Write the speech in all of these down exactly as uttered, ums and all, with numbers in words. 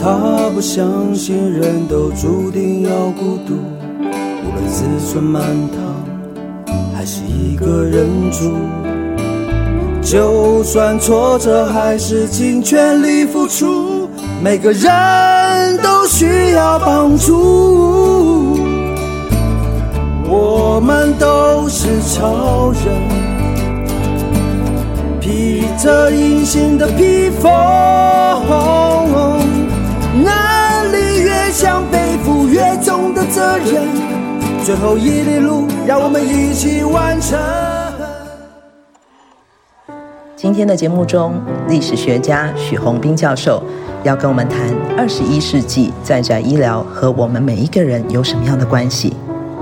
他不相信人都注定要孤独，无论子孙满堂还是一个人住，就算挫折还是尽全力付出，每个人都需要帮助，我们都是超人，披着隐形的披风，能力越强背负越重的责任，最后一里路让我们一起完成。 今天的节目中，历史学家许宏斌教授要跟我们谈二十一世纪在宅医疗和我们每一个人有什么样的关系。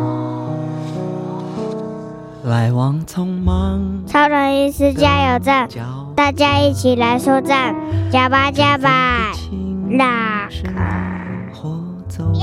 来往匆忙， 超人医师加油站，大家一起来说赞，加吧加吧，拉开耶！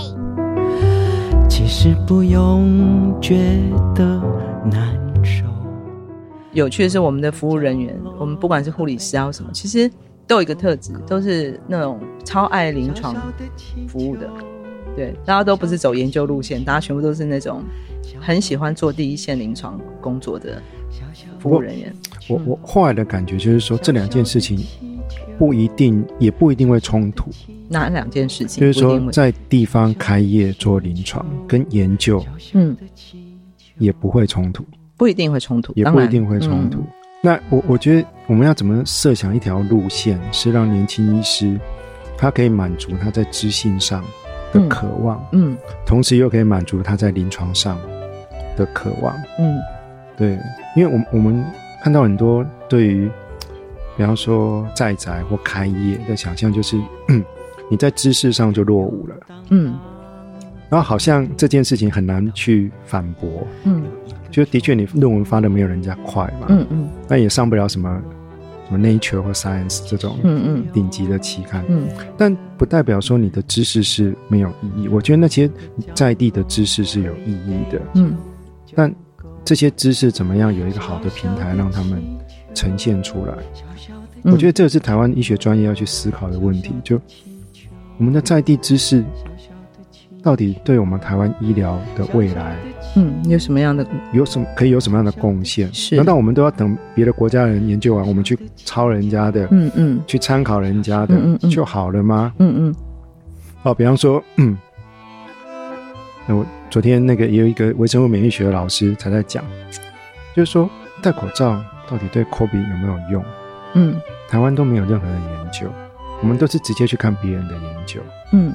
其实不用觉得难受。 有趣的是，我们的服务人员，我们不管是护理师啊什么，其实都有一个特质，都是那种超爱临床服务的。对，大家都不是走研究路线，大家全部都是那种很喜欢做第一线临床工作的服务人员。 我我后来的感觉就是说，这两件事情不一定，也不一定会冲突。 哪两件事情？ 就是说，在地方开业做临床跟研究，嗯，也不会冲突， 不一定会冲突， 也不一定会冲突。嗯、那我我觉得我们要怎么设想一条路线，是让年轻医师他可以满足他在知性上的渴望，嗯，嗯同时又可以满足他在临床上的渴望，嗯，对，因为我我们看到很多对于，比方说在宅或开业的想象，就是你在知识上就落伍了，嗯，然后好像这件事情很难去反驳，嗯，就的确你论文发的没有人家快嘛，嗯嗯，那也上不了什么。什么 Nature 或 Science 这种顶级的期刊，嗯嗯，但不代表说你的知识是没有意义。我觉得那些在地的知识是有意义的，嗯，但这些知识怎么样有一个好的平台让他们呈现出来？嗯、我觉得这是台湾医学专业要去思考的问题。就我们的在地知识到底对我们台湾医疗的未来， 嗯，有什么样的有什么可以有什么样的贡献？ 是， 难道我们都要等别的国家的人研究完，我们去抄人家的，嗯嗯，去参考人家的，嗯嗯就好了吗？嗯嗯。哦，比方说，嗯，我昨天那个也有一个微生物免疫学的老师才在讲，就是说戴口罩到底对 COVID 有没有用？嗯，台湾都没有任何的研究，我们都是直接去看别人的研究，嗯。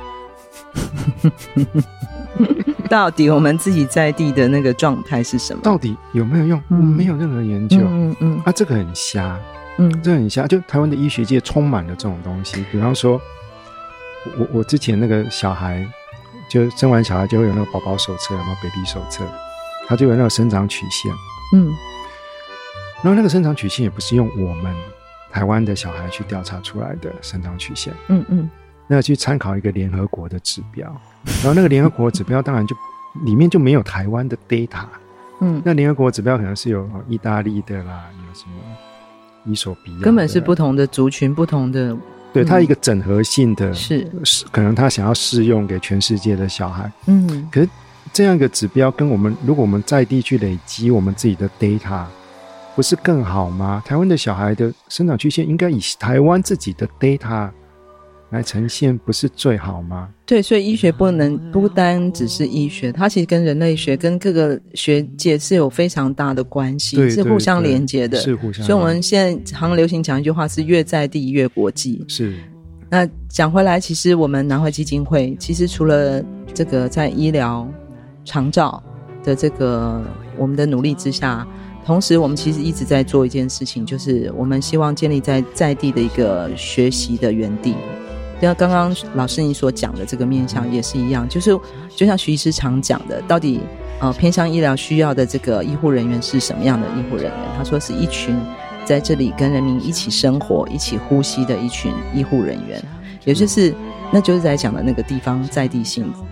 到底我们自己在地的那个状态是什么？ 到底有没有用？嗯、没有任何研究。嗯嗯嗯。啊，这个很瞎。嗯，这个很瞎。就台湾的医学界充满了这种东西。比方说，我我之前那个小孩，就生完小孩就会有那个宝宝手册，有没有 baby 手册？他就有那个生长曲线。嗯。然后那个生长曲线也不是用我们台湾的小孩去调查出来的生长曲线。嗯嗯。那去参考一个联合国的指标，然后那个联合国指标当然就里面就没有台湾的 data， 嗯，那联合国指标可能是有意大利的啦，有什么伊索比亚的， 根本是不同的族群，不同的， 对，它一个整合性的， 是可能它想要适用给全世界的小孩，嗯，可是这样一个指标跟我们如果我们在地去累积我们自己的 data， 不是更好吗？台湾的小孩的生长曲线应该以台湾自己的 data来呈现，不是最好吗？ 对，所以医学不能不单只是医学，它其实跟人类学跟各个学界是有非常大的关系， 对， 是互相连接的， 是互相。 所以我们现在常流行讲一句话，是越在地越国际。 是。 那讲回来，其实我们南怀基金会其实除了这个在医疗长照的这个我们的努力之下，同时我们其实一直在做一件事情，就是我们希望建立在在地的一个学习的园地。像刚刚老师你所讲的这个面向也是一样，就是就像徐医师常讲的，到底呃偏向医疗需要的这个医护人员是什么样的医护人员？他说是一群在这里跟人民一起生活、一起呼吸的一群医护人员，也就是那就是在讲的那个地方在地性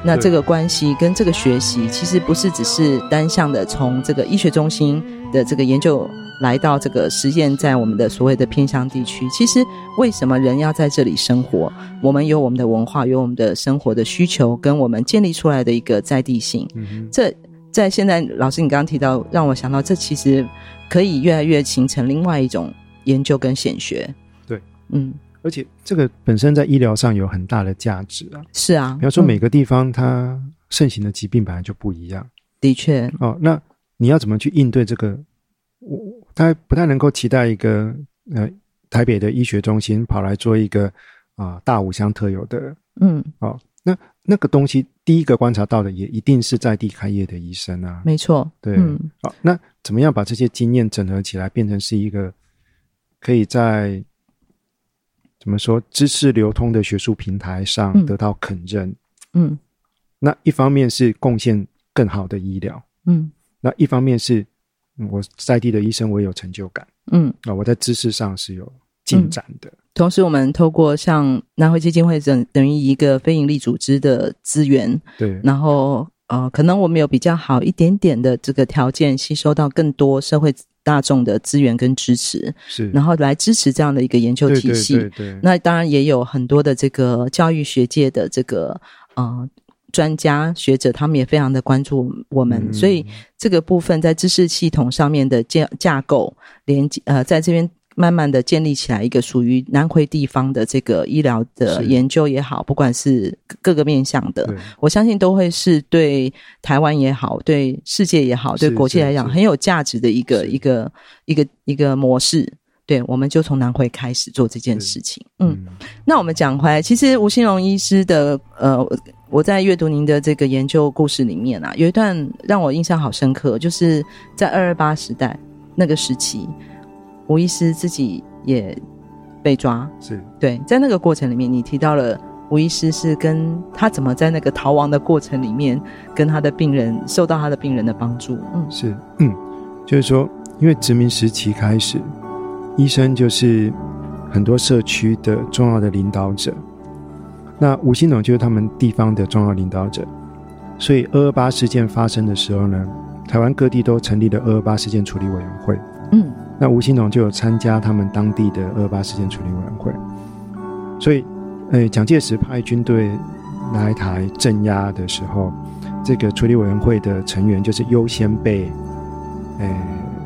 那这个关系跟这个学习其实不是只是单向的从这个医学中心的这个研究来到这个实验在我们的所谓的偏乡地区，其实为什么人要在这里生活，我们有我们的文化，有我们的生活的需求，跟我们建立出来的一个在地性、嗯、这在现在老师你刚刚提到，让我想到这其实可以越来越形成另外一种研究跟显学。 对，嗯，而且这个本身在医疗上有很大的价值啊。 是啊， 比方说每个地方它盛行的疾病本来就不一样。 的确。 哦，那你要怎么去应对这个？我大概不太能够期待一个呃台北的医学中心跑来做一个啊、呃、大武乡特有的，嗯，哦，那那个东西第一个观察到的也一定是在地开业的医生啊。 没错。 对，嗯，好，那怎么样把这些经验整合起来，变成是一个可以在怎么说知识流通的学术平台上得到肯认？嗯，那一方面是贡献更好的医疗，嗯，那一方面是我在地的医生我也有成就感，嗯，啊，我在知识上是有进展的。嗯， 同时我们透过像南回基金会等等于一个非营利组织的资源， 对， 然后呃，可能我们有比较好一点点的这个条件，吸收到更多社会大众的资源跟支持， 是， 然后来支持这样的一个研究体系。 对对对对， 那当然也有很多的这个教育学界的这个呃专家学者，他们也非常的关注我们，嗯，所以这个部分在知识系统上面的架架构连呃，在这边慢慢的建立起来一个属于南回地方的这个医疗的研究也好，不管是各个面向的，我相信都会是对台湾也好，对世界也好，对国际来讲很有价值的一个一个一个一个模式。对，我们就从南回开始做这件事情。嗯，那我们讲回来，其实吴新荣医师的呃，我在阅读您的这个研究故事里面啊，有一段让我印象好深刻，就是在二二八时代那个时期，吴医师自己也被抓。 是， 对，在那个过程里面，你提到了吴医师是跟他怎么在那个逃亡的过程里面，跟他的病人受到他的病人的帮助。嗯， 是，嗯，就是说，因为殖民时期开始。医生就是很多社区的重要的领导者，那吴新荣就是他们地方的重要领导者，所以二二八事件发生的时候呢，台湾各地都成立了二二八事件处理委员会。嗯，那吴新荣就有参加他们当地的二二八事件处理委员会，所以呃，蒋介石派军队来台镇压的时候，这个处理委员会的成员就是优先被呃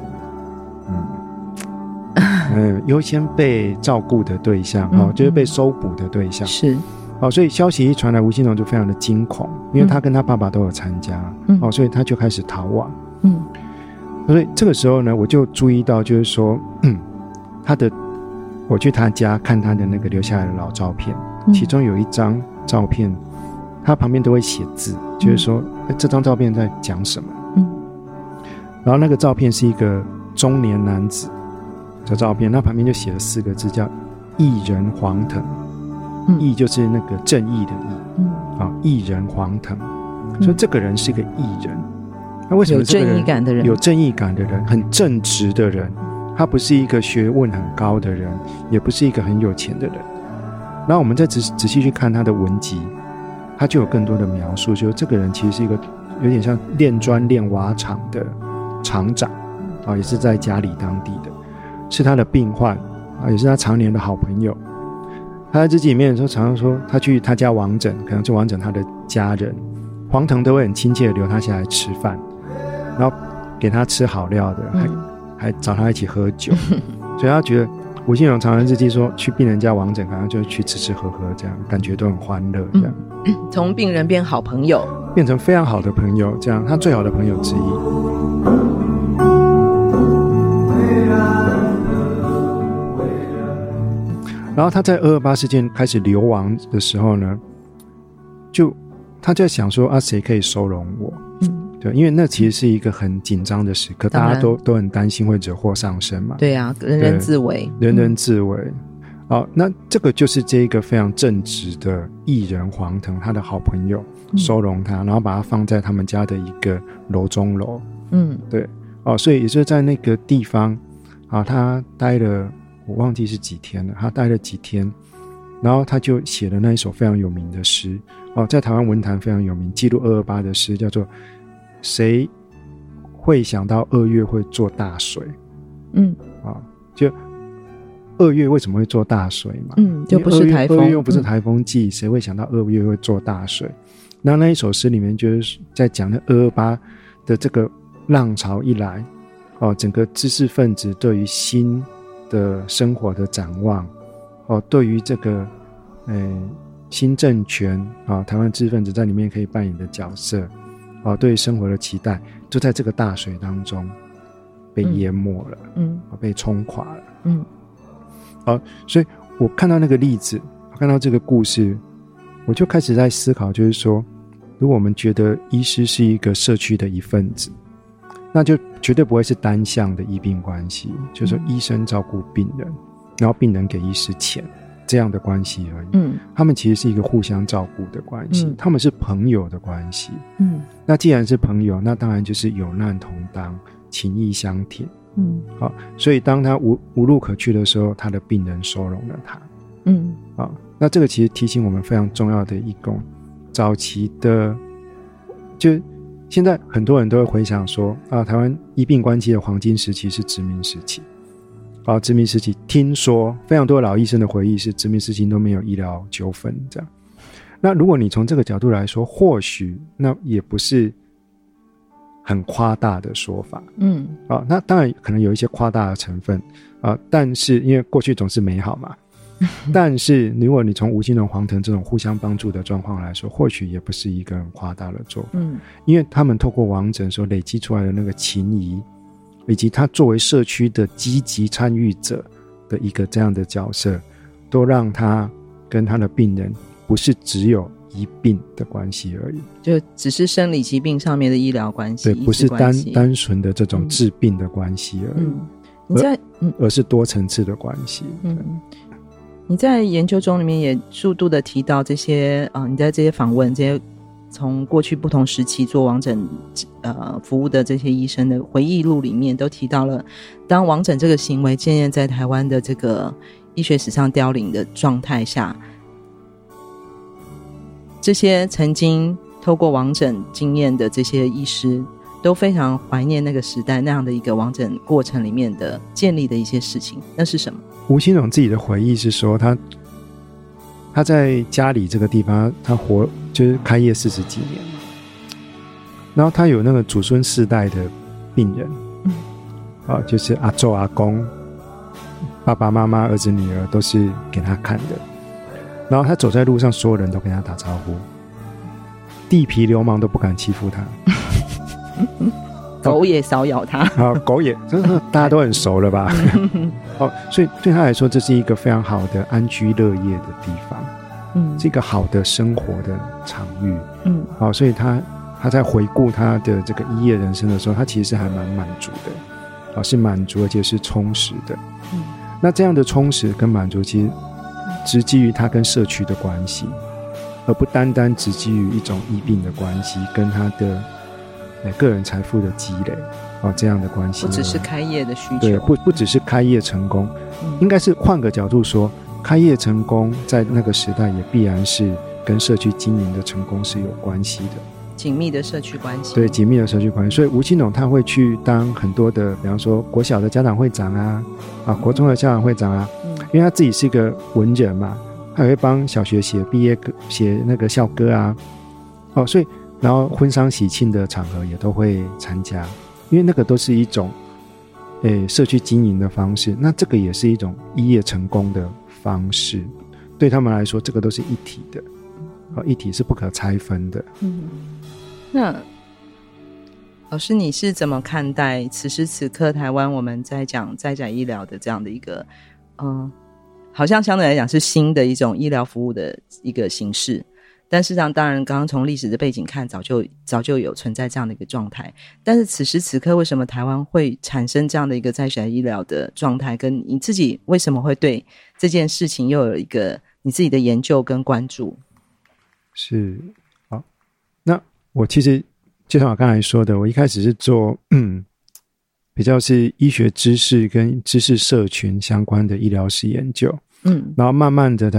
嗯，优先被照顾的对象，嗯，哦，就是被收捕的对象。 是， 哦，所以消息一传来，吴新荣就非常的惊恐，因为他跟他爸爸都有参加，嗯，哦，所以他就开始逃亡。嗯，所以这个时候呢，我就注意到，就是说，嗯，他的，我去他家看他的那个留下来的老照片，嗯，其中有一张照片，他旁边都会写字，嗯，就是说，欸，这张照片在讲什么？嗯，然后那个照片是一个中年男子。的照片，那旁边就写了四个字，叫义人黄腾。义，嗯，就是那个正义的义，嗯，啊，义人黄腾，嗯，所以这个人是个义人。那为什么这个人有正义感的人？ 有正义感的人，很正直的人，他不是一个学问很高的人，也不是一个很有钱的人。然后我们再仔仔细去看他的文集，他就有更多的描述，就是这个人其实是一个有点像炼砖炼瓦厂的厂长，啊，也是在家里当地的。是他的病患啊，也是他常年的好朋友。他在日记里面的时候，常常说他去他家王诊，可能就王诊他的家人，黄腾都会很亲切的留他下来吃饭，然后给他吃好料的，还、嗯、还找他一起喝酒。所以他觉得吴新荣常常日记说，去病人家王诊，可能就去吃吃喝喝，这样感觉都很欢乐，这样。 嗯、从病人变好朋友， 变成非常好的朋友，这样他最好的朋友之一。然后他在二二八事件开始流亡的时候呢，就他就在想说啊，谁可以收容我？嗯，对，因为那其实是一个很紧张的时刻，大家都都很担心会惹祸上身嘛。 对啊，人人自危， 人人自危。好，嗯，那这个就是这一个非常正直的义人黄腾，他的好朋友收容他，嗯，然后把他放在他们家的一个楼中楼。嗯，对，哦，所以也就是在那个地方啊，他待了。我忘记是几天了，他待了几天，然后他就写了那一首非常有名的诗， 哦，在台湾文坛非常有名，记录二二八的诗叫做谁会想到二月会做大水。嗯，啊、哦，就二月为什么会做大水嘛？ 嗯，就不是台风， 二月又不是台风季，嗯、谁会想到二月会做大水？那那一首诗里面就是在讲那二二八的这个浪潮一来，哦，整个知识分子对于新的生活的展望，哦，对于这个，呃，新政权啊、哦，台湾知识分子在里面可以扮演的角色，哦，对于生活的期待，就在这个大水当中被淹没了，嗯，哦、被冲垮了，嗯，好、哦，所以我看到那个例子，看到这个故事。我就开始在思考，就是说如果我们觉得医师是一个社区的一份子，那就绝对不会是单向的医病关系，就是说医生照顾病人，然后病人给医师钱这样的关系而已。嗯，他们其实是一个互相照顾的关系，嗯、他们是朋友的关系。嗯，那既然是朋友，那当然就是有难同当，情义相挺。嗯，好，所以当他无无路可去的时候，他的病人收容了他。嗯，好。那这个其实提醒我们非常重要的一个早期的，就现在很多人都会回想说啊，台湾医病关系的黄金时期是殖民时期。啊，殖民时期听说非常多老医生的回忆是殖民时期都没有医疗纠纷这样。那如果你从这个角度来说，或许那也不是很夸大的说法。嗯，啊，那当然可能有一些夸大的成分啊，但是因为过去总是美好嘛。但是如果你从吴金龙、黄腾这种互相帮助的状况来说，或许也不是一个很夸大的做法。嗯，因为他们透过王诊所累积出来的那个情谊，以及他作为社区的积极参与者的一个这样的角色，都让他跟他的病人不是只有医病的关系而已， 就只是生理疾病上面的医疗关系， 对，不是单单纯的这种治病的关系而已。嗯，你在嗯，而是多层次的关系。嗯。 你在研究中里面也数度的提到这些啊、呃，你在这些访问这些从过去不同时期做王诊呃服务的这些医生的回忆录里面都提到了，当王诊这个行为渐渐在台湾的这个医学史上凋零的状态下，这些曾经透过王诊经验的这些医师都非常怀念那个时代那样的一个王诊过程里面的建立的一些事情，那是什么？ 吴兴荣自己的回忆是说，他他在家里这个地方，他活就是开业四十几年，然后他有那个祖孙四代的病人，嗯，啊，就是阿祖阿公、爸爸妈妈、儿子女儿都是给他看的，然后他走在路上，所有人都跟他打招呼，地痞流氓都不敢欺负他。 狗也少咬他， 好，狗也真的大家都很熟了吧？哦，所以对他来说，这是一个非常好的安居乐业的地方，嗯，是一个好的生活的场域，嗯，好、哦，所以他他在回顾他的这个医业人生的时候，他其实是还蛮满足的，哦，是满足而且是充实的，嗯，那这样的充实跟满足，其实只基于他跟社区的关系，而不单单只基于一种医病的关系，跟他的。个人财富的积累、哦、这样的关系， 不只是开业的需求， 对，不不只是开业成功、嗯、应该是换个角度说，开业成功在那个时代也必然是跟社区经营的成功是有关系的， 紧密的社区关系， 对，紧密的社区关系。所以吴清龙他会去当很多的，比方说国小的家长会长啊，啊，国中的家长会长啊、嗯、因为他自己是一个文人嘛，他也会帮小学写毕业歌，写那个校歌啊，哦，所以然后婚丧喜庆的场合也都会参加，因为那个都是一种诶社区经营的方式，那这个也是一种医业成功的方式，对他们来说这个都是一体的、哦、一体是不可拆分的。 嗯，那老师你是怎么看待此时此刻台湾我们在讲在宅医疗的这样的一个嗯，好像相对来讲是新的一种医疗服务的一个形式，但事实上当然刚刚从历史的背景看早就早就有存在这样的一个状态，但是此时此刻为什么台湾会产生这样的一个在宅医疗的状态，跟你自己为什么会对这件事情又有一个你自己的研究跟关注？ 是，好，那我其实就像我刚才说的，我一开始是做嗯比较是医学知识跟知识社群相关的医疗史研究，嗯，然后慢慢的在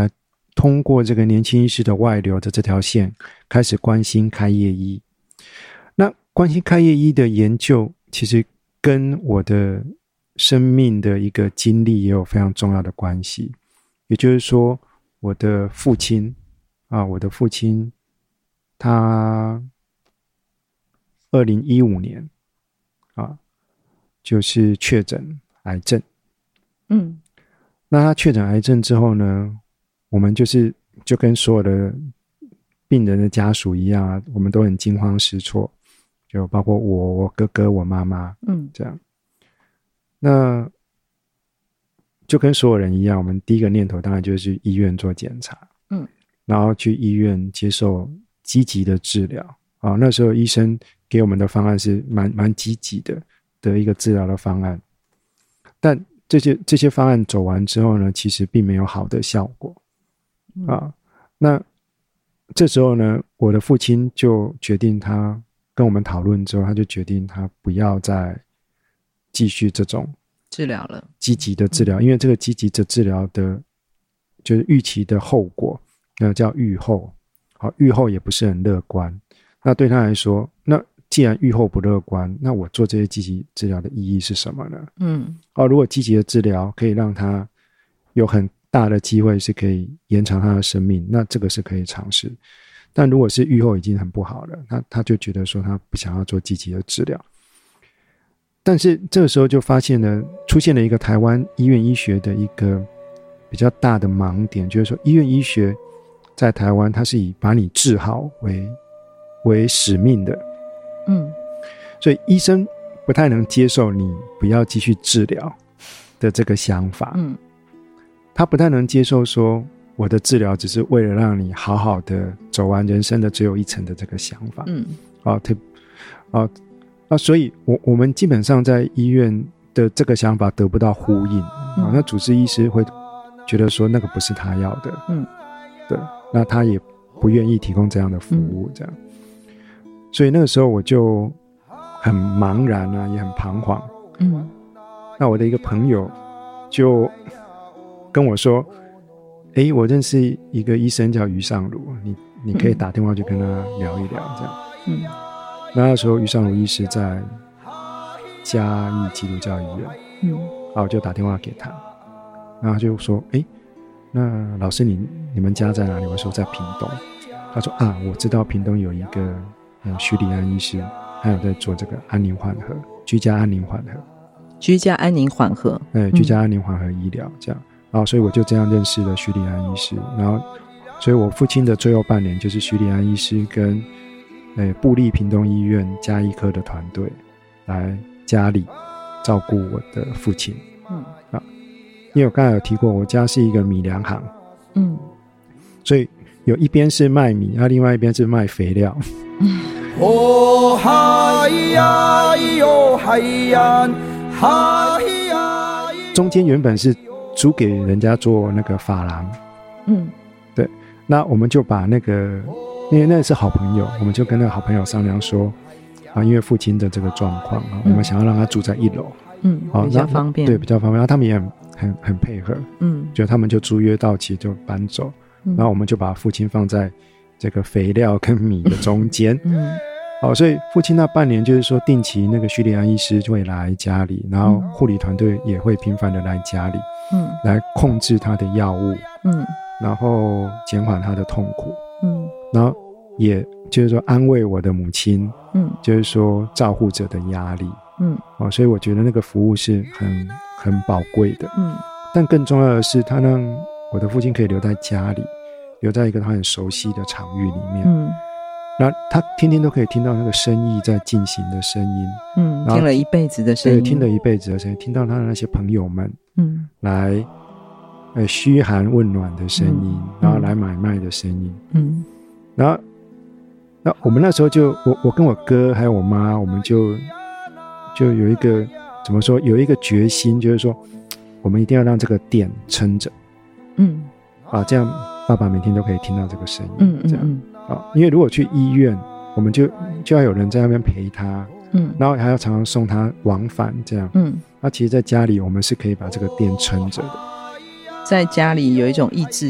通过这个年轻医师的外流的这条线，开始关心开业医。那关心开业医的研究，其实跟我的生命的一个经历也有非常重要的关系。也就是说，我的父亲啊，我的父亲，他二零一五年啊，就是确诊癌症。嗯，那他确诊癌症之后呢，我们就是就跟所有的病人的家属一样啊，我们都很惊慌失措，就包括我、我哥哥、我妈妈，嗯，这样。那就跟所有人一样，我们第一个念头当然就是去医院做检查，嗯，然后去医院接受积极的治疗啊。那时候医生给我们的方案是蛮蛮积极的的一个治疗的方案，但这些这些方案走完之后呢，其实并没有好的效果啊。那这时候呢，我的父亲就决定，他跟我们讨论之后，他就决定他不要再继续这种治疗了， 积极的治疗，因为这个积极的治疗的，就是预期的后果，那叫预后，好，预后也不是很乐观。那对他来说，那既然预后不乐观，那我做这些积极治疗的意义是什么呢？嗯，哦，如果积极的治疗可以让他有很大的机会是可以延长他的生命，那这个是可以尝试。但如果是预后已经很不好了，那他就觉得说他不想要做积极的治疗。但是这个时候就发现了，出现了一个台湾医院医学的一个比较大的盲点，就是说医院医学在台湾它是以把你治好为为使命的，嗯，所以医生不太能接受你不要继续治疗的这个想法，嗯，他不太能接受说我的治疗只是为了让你好好的走完人生的最后一程的这个想法，嗯，啊，特啊。啊，所以我我们基本上在医院的这个想法得不到呼应，嗯，啊，那主治医师会觉得说那个不是他要的，嗯，对，那他也不愿意提供这样的服务，这样，嗯，所以那个时候我就很茫然啊，也很彷徨，嗯，那我的一个朋友就跟我说，诶，我认识一个医生叫于尚儒，你你可以打电话去跟他聊一聊，这样，嗯。那那时候于尚儒医师在嘉义基督教医院，嗯，然后我就打电话给他，然后他就说，诶，那老师你你们家在哪里？我说在屏东。他说啊，我知道屏东有一个呃徐礼安医师，还有在做这个安宁缓和，居家安宁缓和， 居家安宁缓和， 对，居家安宁缓和医疗这样，然后所以我就这样认识了徐礼安医师，然后所以我父亲的最后半年就是徐礼安医师跟诶，部立屏东医院家医科的团队来家里照顾我的父亲。嗯，啊，因为我刚才有提过，我家是一个米粮行，嗯，所以有一边是卖米，啊，另外一边是卖肥料。哦嗨呀哟嗨呀嗨呀，中间原本是租给人家做那个发廊，嗯，对，那我们就把那个。因为那是好朋友，我们就跟那个好朋友商量说，啊，因为父亲的这个状况啊，嗯，我们想要让他住在一楼，嗯，好， 比较方便， 对，比较方便。然后他们也很很很配合，嗯，就他们就租约到期就搬走，嗯，然后我们就把父亲放在这个肥料跟米的中间，嗯，好，所以父亲那半年就是说定期那个徐礼安医师就会来家里，然后护理团队也会频繁的来家里，嗯，来控制他的药物，嗯，然后减缓他的痛苦，嗯。然后也就是说安慰我的母亲，嗯，就是说照护者的压力，嗯，哦，所以我觉得那个服务是很很宝贵的，嗯，但更重要的是，他让我的父亲可以留在家里，留在一个他很熟悉的场域里面，嗯，那他天天都可以听到那个生意在进行的声音， 嗯，听了一辈子的声音， 对，听了一辈子的声音，听到他的那些朋友们，嗯，来呃嘘寒问暖的声音，嗯，然后来买卖的声音，嗯。然后那我们那时候就我我跟我哥还有我妈，我们就就有一个怎么说，有一个决心，就是说我们一定要让这个店撑着，嗯，啊，这样爸爸每天都可以听到这个声音，嗯嗯，这样啊，因为如果去医院，我们就就要有人在那边陪他，嗯，然后还要常常送他往返，这样，嗯，那其实在家里我们是可以把这个店撑着的， 在家里有一种意志力。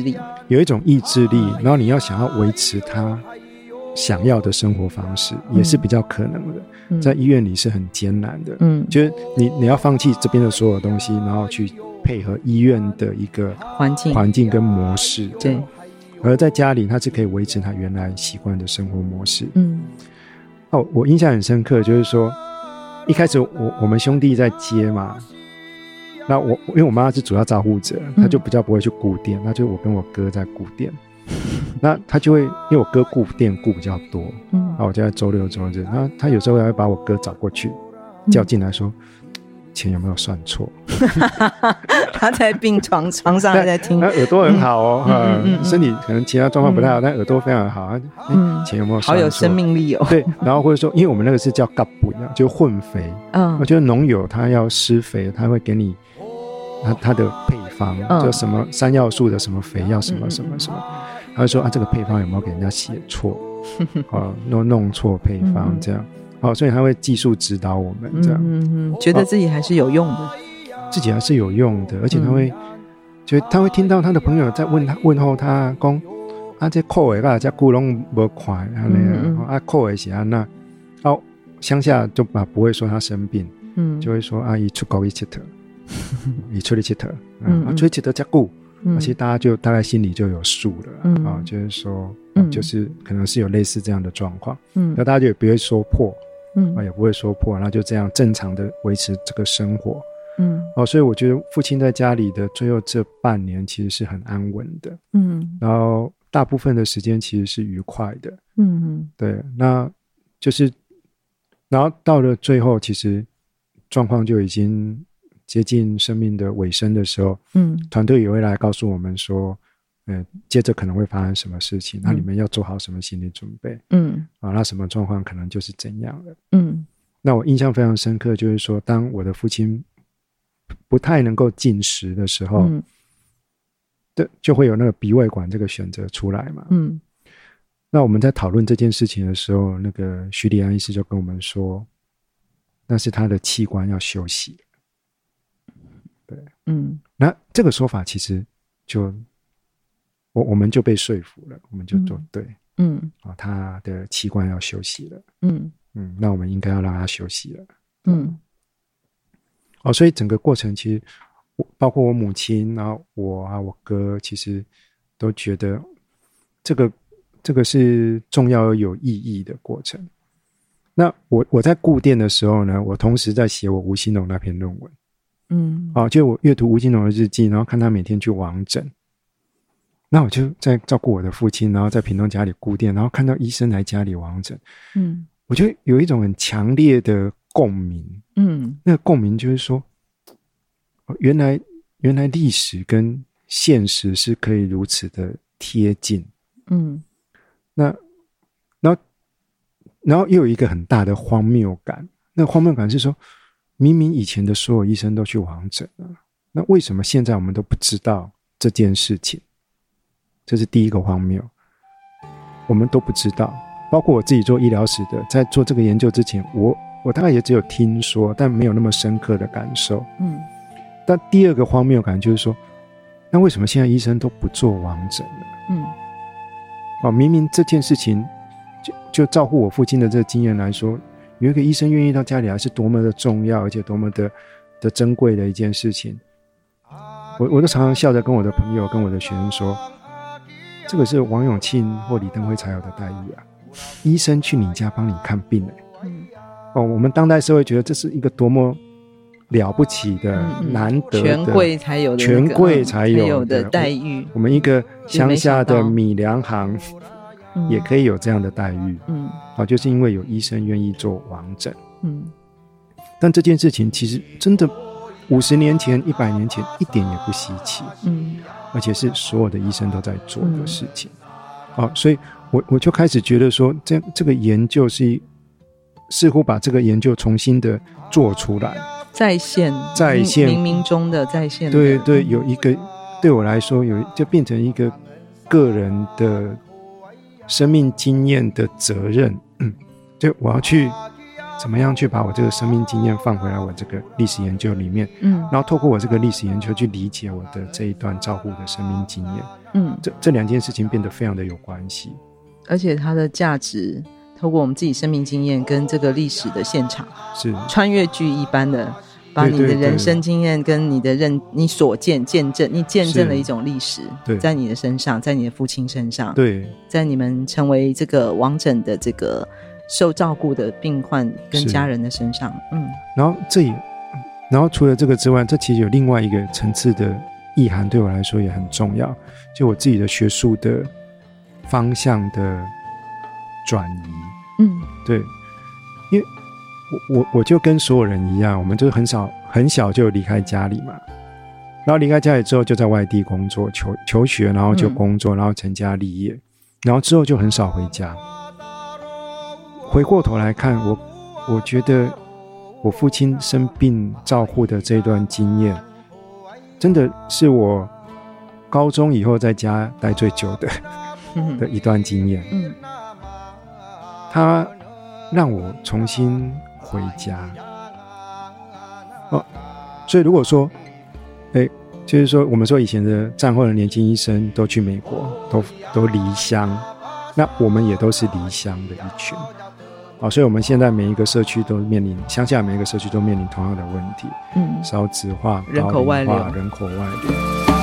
有一种意志力，然后你要想要维持他想要的生活方式，嗯、也是比较可能的、嗯。在医院里是很艰难的，嗯，就是你你要放弃这边的所有东西，然后去配合医院的一个环境环境跟模式， 对。 而在家里，他是可以维持他原来习惯的生活模式。 嗯， 哦，我印象很深刻，就是说一开始我我们兄弟在接嘛，那我因为我妈是主要照顾者，她就比较不会去顾店，那就我跟我哥在顾店。那他就会因为我哥顾店顾比较多，嗯，那我就在周六周日，那他有时候还会把我哥找过去，叫进来说。钱有没有算错？ 他在病床床上还在听， 他耳朵很好哦，嗯嗯嗯嗯、身体可能其他状况不太好，嗯、但耳朵非常好。嗯，钱有没有算错？ 好有生命力哦。 对，然后或者说，因为我们那个是叫嘎补，就混肥。嗯，我觉得农友他要施肥，他会给你他他的配方，嗯、就什么三要素的什么肥要什么什么什么，他会说啊，这个配方有没有给人家写错？哦，弄弄错配方这样。哦，所以他会技术指导我们这样， 嗯嗯，觉得自己还是有用的，哦、 自己还是有用的，而且他会，嗯、就他会听到他的朋友在问他问候他，讲啊这扣的啊这骨拢无快啊那样，啊扣的是安那，哦乡下就把不会说他生病，嗯，就会说啊伊出国去佚佗，伊出去佚佗，嗯，啊出去佚佗这久，而且大家就大概心里就有数了，嗯啊，就是说，嗯、就是可能是有类似这样的状况，嗯，那大家就也不会说破。嗯，也不会说破，那就这样正常的维持这个生活。嗯，哦，所以我觉得父亲在家里的最后这半年其实是很安稳的。嗯，然后大部分的时间其实是愉快的。嗯，对，那就是，然后到了最后，其实状况就已经接近生命的尾声的时候，嗯，团队也会来告诉我们说。呃，接着可能会发生什么事情，那你们要做好什么心理准备？嗯，啊，那什么状况可能就是怎样的？嗯，那我印象非常深刻，就是说，当我的父亲不太能够进食的时候，嗯，对，就会有那个鼻胃管这个选择出来嘛。嗯，那我们在讨论这件事情的时候，那个徐立安医师就跟我们说，那是他的器官要休息。对，嗯，那这个说法其实就。我我们就被说服了，我们就做对，嗯，哦，他的器官要休息了，嗯嗯，那我们应该要让他休息了，嗯，哦，所以整个过程其实，包括我母亲，然后我啊，我哥，其实都觉得这个这个是重要而有意义的过程。那我我在顾店的时候呢，我同时在写我吴兴隆那篇论文，嗯，哦，就我阅读吴兴隆的日记，然后看他每天去往诊。那我就在照顾我的父亲，然后在屏东家里顾店，然后看到医生来家里往诊，嗯，我就有一种很强烈的共鸣，嗯，那个共鸣就是说，原来原来历史跟现实是可以如此的贴近，嗯，那然后然后又有一个很大的荒谬感，那个荒谬感是说，明明以前的所有医生都去往诊了，那为什么现在我们都不知道这件事情？这是第一个荒谬，我们都不知道，包括我自己做医疗史的，在做这个研究之前，我我大概也只有听说，但没有那么深刻的感受。嗯，但第二个荒谬感就是说，那为什么现在医生都不做往诊了？嗯，哦，明明这件事情就就照顾我父亲的这个经验来说，有一个医生愿意到家里来是多么的重要，而且多么的的珍贵的一件事情。我我都常常笑着跟我的朋友、跟我的学生说。这个是王永庆或李登辉才有的待遇啊！医生去你家帮你看病、欸嗯、哦，我们当代社会觉得这是一个多么了不起的、嗯、难得的权贵才有的、那个、权贵才有 的, 有的待遇。 我, 我们一个乡下的米粮行也可以有这样的待遇，嗯，哦，就是因为有医生愿意做往诊，嗯，但这件事情其实真的五十年前、一百年前一点也不稀奇，嗯。而且是所有的医生都在做的事情，嗯哦、所以我我就开始觉得说，这这个研究是似乎把这个研究重新的做出来， 再现再现冥冥中的再现的， 对对，有一个对我来说有就变成一个个人的生命经验的责任，嗯，就我要去怎么样去把我这个生命经验放回来我这个历史研究里面，嗯，然后透过我这个历史研究去理解我的这一段照顾的生命经验， 嗯， 这这两件事情变得非常的有关系， 而且它的价值透过我们自己生命经验跟这个历史的现场， 是穿越剧一般的把你的人生经验跟你的认你所见见证，你见证了一种历史，在你的身上，在你的父亲身上， 对， 在你们成为这个完整的这个受照顾的病患跟家人的身上。嗯， 然后这也然后除了这个之外，这其实有另外一个层次的意涵，对我来说也很重要，就我自己的学术的方向的转移。 嗯， 对，因为我我我就跟所有人一样，我们就是很少很小就离开家里嘛，然后离开家里之后就在外地工作求求学，然后就工作、嗯、然后成家立业，然后之后就很少回家。回过头来看，我我觉得我父亲生病照护的这段经验，真的是我高中以后在家待最久的、嗯、的一段经验。 嗯， 他让我重新回家。哦，所以如果说，哎，就是说，我们说以前的战后的年轻医生都去美国，都都离乡，那我们也都是离乡的一群。哦，所以我们现在每一个社区都面临，乡下每一个社区都面临同样的问题， 嗯， 少子化、 人口外流、 人口外流。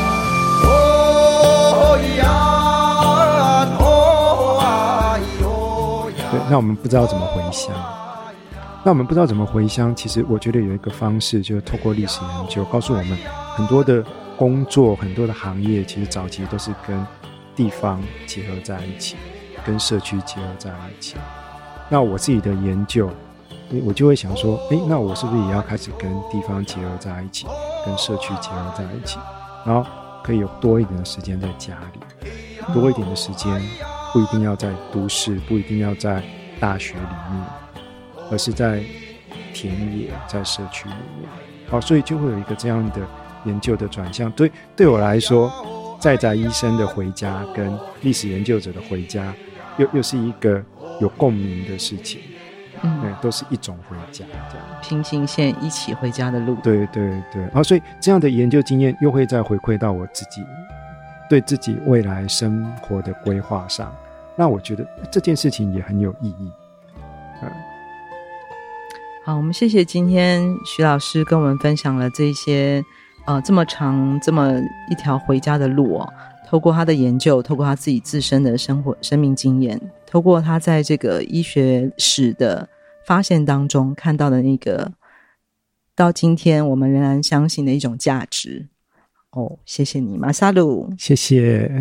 对，那我们不知道怎么回乡。那我们不知道怎么回乡，其实我觉得有一个方式，就是透过历史研究，告诉我们很多的工作、很多的行业，其实早期都是跟地方结合在一起，跟社区结合在一起。那我自己的研究，我就会想说，诶，那我是不是也要开始跟地方结合在一起，跟社区结合在一起，然后可以有多一点的时间在家里，多一点的时间不一定要在都市，不一定要在大学里面，而是在田野，在社区里面。好，所以就会有一个这样的研究的转向。对，对我来说，在宅医生的回家跟历史研究者的回家，又又是一个有共鸣的事情。嗯，对，都是一种回家，这样平行线一起回家的路。 对对对，好，所以这样的研究经验又会再回馈到我自己，对自己未来生活的规划上。那我觉得这件事情也很有意义。嗯， 好，我们谢谢今天徐老师跟我们分享了这一些呃这么长这么一条回家的路哦。透过他的研究，透过他自己自身的生活生命经验，透过他在这个医学史的发现当中看到的那个到今天我们仍然相信的一种价值。哦，谢谢你，马萨鲁。 谢谢。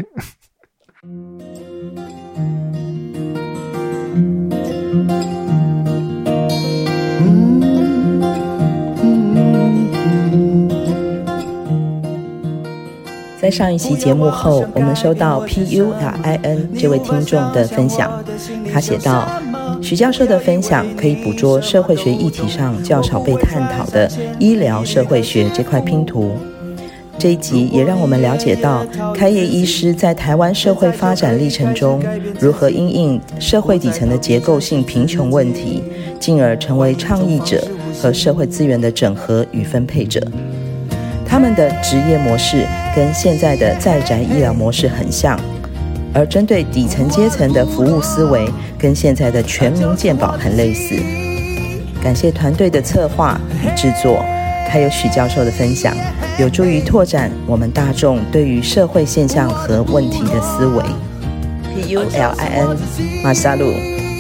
在上一期节目后，我们收到 P U L I N 这位听众的分享，他写道：徐教授的分享可以捕捉社会学议题上较少被探讨的医疗社会学这块拼图。这一集也让我们了解到开业医师在台湾社会发展历程中如何因应社会底层的结构性贫穷问题，进而成为倡议者和社会资源的整合与分配者。他们的职业模式跟现在的在宅医疗模式很像，而针对底层阶层的服务思维跟现在的全民健保很类似。感谢团队的策划与制作，还有许教授的分享，有助于拓展我们大众对于社会现象和问题的思维。P U L I N 马萨路。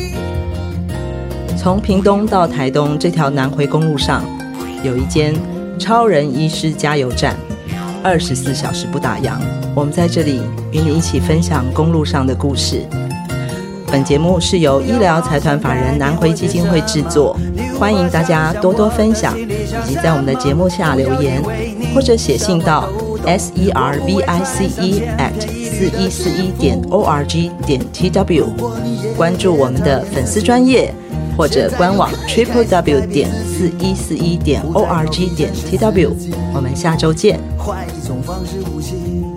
从屏东到台东这条南回公路上，有一间超人医师加油站，二十四小时不打烊。我们在这里与你一起分享公路上的故事。本节目是由医疗财团法人南回基金会制作，欢迎大家多多分享，以及在我们的节目下留言，或者写信到 s e r v i c e at 四一四一点 o r g 点 t w， 关注我们的粉丝专页或者官网 triple w 点四一四一点 o r g 点 t w。 我们下周见。 换一种方式呼吸。